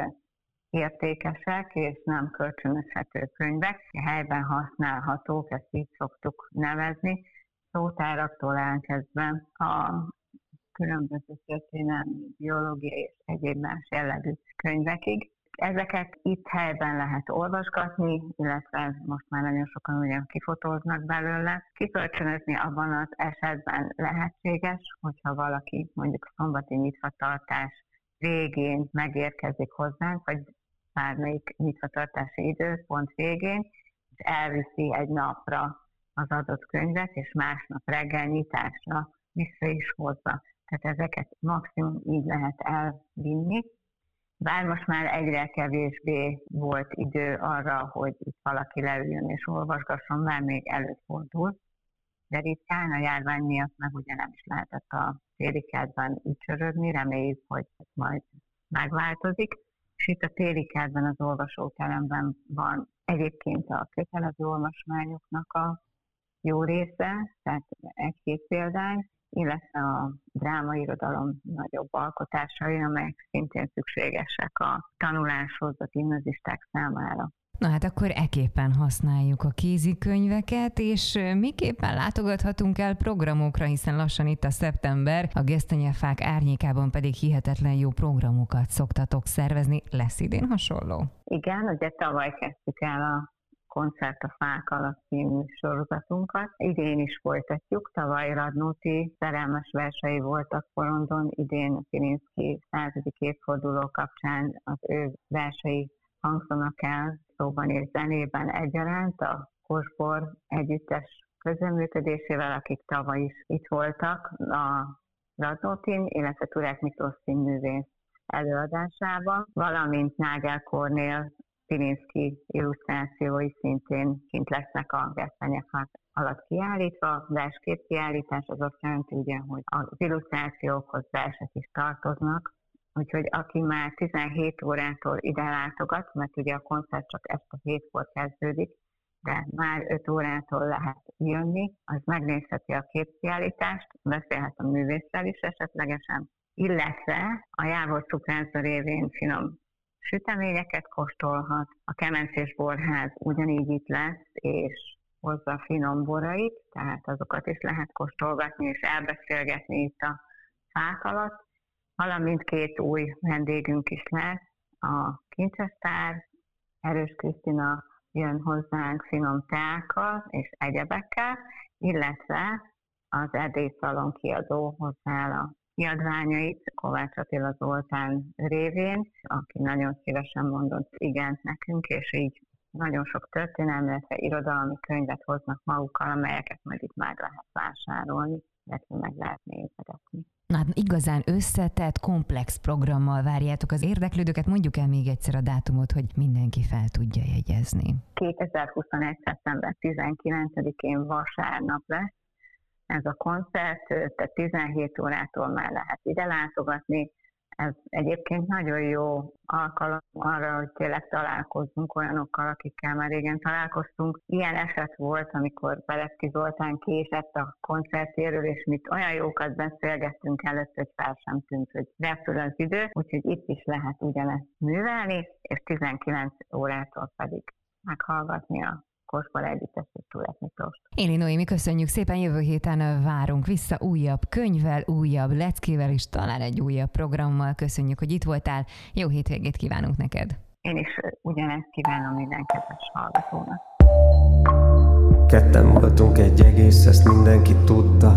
értékesek és nem kölcsönözhető könyvek, helyben használhatók, ezt így szoktuk nevezni, szótáraktól elkezdve a különböző történelmi, biológiai és egyéb más jellegű könyvekig. Ezeket itt helyben lehet olvasgatni, illetve most már nagyon sokan ugyan kifotóznak belőle. Kikölcsönözni abban az esetben lehetséges, hogyha valaki mondjuk szombati nyitvatartás végén megérkezik hozzánk, vagy bármelyik nyitvatartási időpont végén, és elviszi egy napra az adott könyvet, és másnap reggel nyitásra vissza is hozza. Tehát ezeket maximum így lehet elvinni. Bár most már egyre kevésbé volt idő arra, hogy itt valaki leüljön és olvasgasson, már még előfordul, de ritkán a járvány miatt meg ugye nem is lehetett a téli kertben ücsörögni, reméljük, hogy ez majd megváltozik. És itt a téli kertben, az olvasóteremben van egyébként a kötelező olvasmányoknak a jó része, tehát egy-két példány, illetve a drámairodalom nagyobb alkotásai, amelyek szintén szükségesek a tanuláshoz, a gimnazisták számára. Na hát akkor ekképpen használjuk a kézikönyveket, és miképpen látogathatunk el programokra, hiszen lassan itt a szeptember, a Gesztenyefák árnyékában pedig hihetetlen jó programokat szoktatok szervezni. Lesz idén hasonló? Igen, ugye tavaly kezdtük el a Koncert a Fák alatt című sorozatunkat. Idén is folytatjuk, tavaly Radnóti szerelmes versei voltak porondon, idén a Pilinszky 100. évforduló kapcsán az ő versei hangzanak el szóban és zenében egyaránt a Kosbor együttes közreműködésével, akik tavaly is itt voltak a Radnótin, illetve Turák Miklós színművész előadásában, valamint Nágel Kornél Pilinszky illusztrációi szintén kint lesznek a gesztenyek alatt kiállítva. Verskép kiállítás az azt jelenti, ugye, hogy az illusztrációkhoz versek is tartoznak, úgyhogy aki már 17 órától ide látogat, mert ugye a koncert csak este 7-kor kezdődik, de már 5 órától lehet jönni, az megnézheti a képkiállítást, beszélhet a művésszel is esetlegesen, illetve a Jávor cukrászda révén finom süteményeket kóstolhat. A Kemencés Borház ugyanígy itt lesz, és hozza finom borait, tehát azokat is lehet kóstolgatni és elbeszélgetni itt a fák alatt. Valamint 2 új vendégünk is lesz, a Kincsesztár, Erős Krisztina jön hozzánk finom teákkal és egyebekkel, illetve az Erdély Szalon kiadó hozzá a kiadványait Kovács Attila Zoltán révén, aki nagyon szívesen mondott igent nekünk, és így nagyon sok történelmi, illetve irodalmi könyvet hoznak magukkal, amelyeket majd itt meg lehet vásárolni, illetve meg lehet nézegetni. Na, hát igazán összetett, komplex programmal várjátok az érdeklődőket. Mondjuk el még egyszer a dátumot, hogy mindenki fel tudja jegyezni. 2021. szeptember 19-én vasárnap lesz ez a koncert, tehát 17 órától már lehet ide látogatni. Ez egyébként nagyon jó alkalom arra, hogy tényleg találkozzunk olyanokkal, akikkel már régen találkoztunk. Ilyen eset volt, amikor Belecki Zoltán késett a koncertjéről, és mit olyan jókat beszélgettünk előtt, hogy fel sem tűnt, hogy repül az idő, úgyhogy itt is lehet ugyanezt művelni, és 19 órától pedig meghallgatni a Kosbor Együttes és Túlek Miklóst. Éli Noémi, köszönjük szépen, jövő héten várunk vissza újabb könyvvel, újabb leckével és talán egy újabb programmal. Köszönjük, hogy itt voltál, jó hétvégét kívánunk neked! Én is ugyanezt kívánom minden kedves hallgatónak. Ketten voltunk egy egész, ezt mindenki tudta.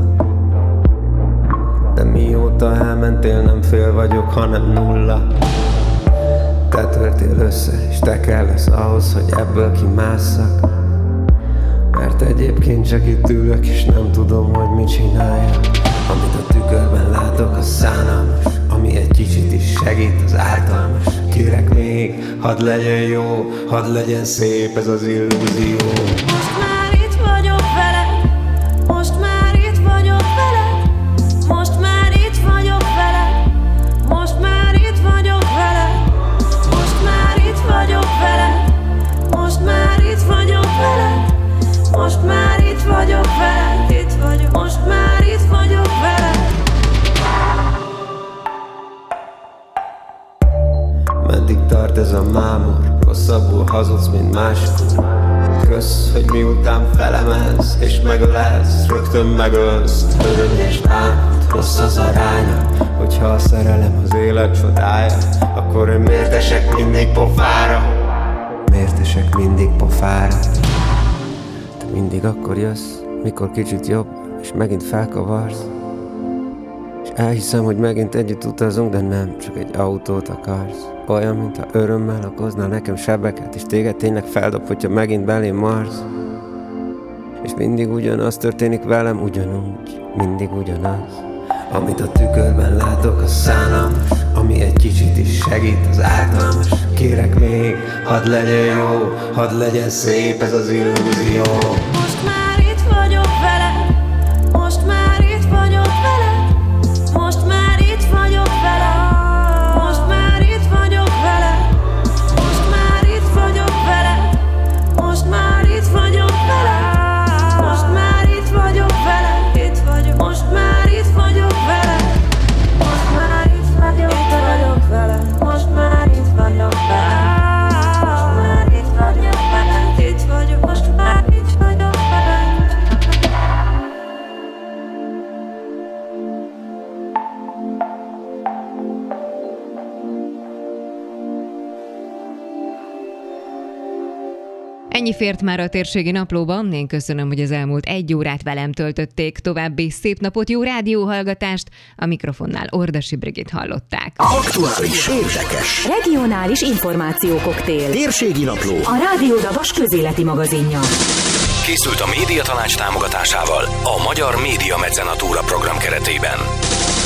De mióta elmentél, nem fél vagyok, hanem nulla. Te törtél össze, és te kell lesz ahhoz, hogy ebből kimásszak. Mert egyébként csak itt ülök, és nem tudom, hogy mit csináljak. Amit a tükörben látok, az szánalmas, ami egy kicsit is segít, az ártalmas. Kérek még, hadd legyen jó, hadd legyen szép ez az illúzió. Most már itt vagyok veled, most már itt vagyok veled, most már itt vagyok veled, most már itt vagyok veled, most már itt vagyok veled, most már itt vagyok veled, most már itt vagyok veled, itt vagyok, most már itt vagyok veled. Meddig tart ez a mámor? Rosszabbul hazudsz, mint máskor. Kösz, hogy miután felemelsz és megölelsz, rögtön megölsz. Öröm és bánat, rossz az aránya, hogyha a szerelem az élet csodája, akkor én miért esek mindig pofára? Miért esek mindig pofára? Te mindig akkor jössz, mikor kicsit jobb, és megint felkavarsz. És elhiszem, hogy megint együtt utazunk, de nem, csak egy autót akarsz. Olyan, mintha örömmel okoznál nekem sebeket, és téged tényleg feldob, hogyha megint belém marsz. És mindig ugyanaz történik velem, ugyanúgy, mindig ugyanaz. Amit a tükörben látok, az szánalmas, ami egy kicsit is segít, az ártalmas. Kérek még, hadd legyen jó, hadd legyen szép ez az illúzió. Most már itt vagyok veled, most már itt vagyok veled, most már itt vagyok veled, most már itt vagyok veled, most már itt vagyok veled, most már itt vagyok veled, most már itt vagyok veled, itt vagyok, most már itt vagyok veled, most már itt vagyok veled, most már itt vagyok veled, most már itt vagyok veled, itt vagyok, most már itt vagyok veled. Ennyi fért már a térségi naplóban. Én köszönöm, hogy az elmúlt 1 órát velem töltötték. További szép napot, jó rádióhallgatást. A mikrofonnál Ordasi Brigit hallották. Aktuális, érdekes, Regionális információkoktél. térségi napló. A Rádió Dabas közéleti magazinja. Készült a Médiatanács támogatásával a Magyar Média Mecenatúra program keretében.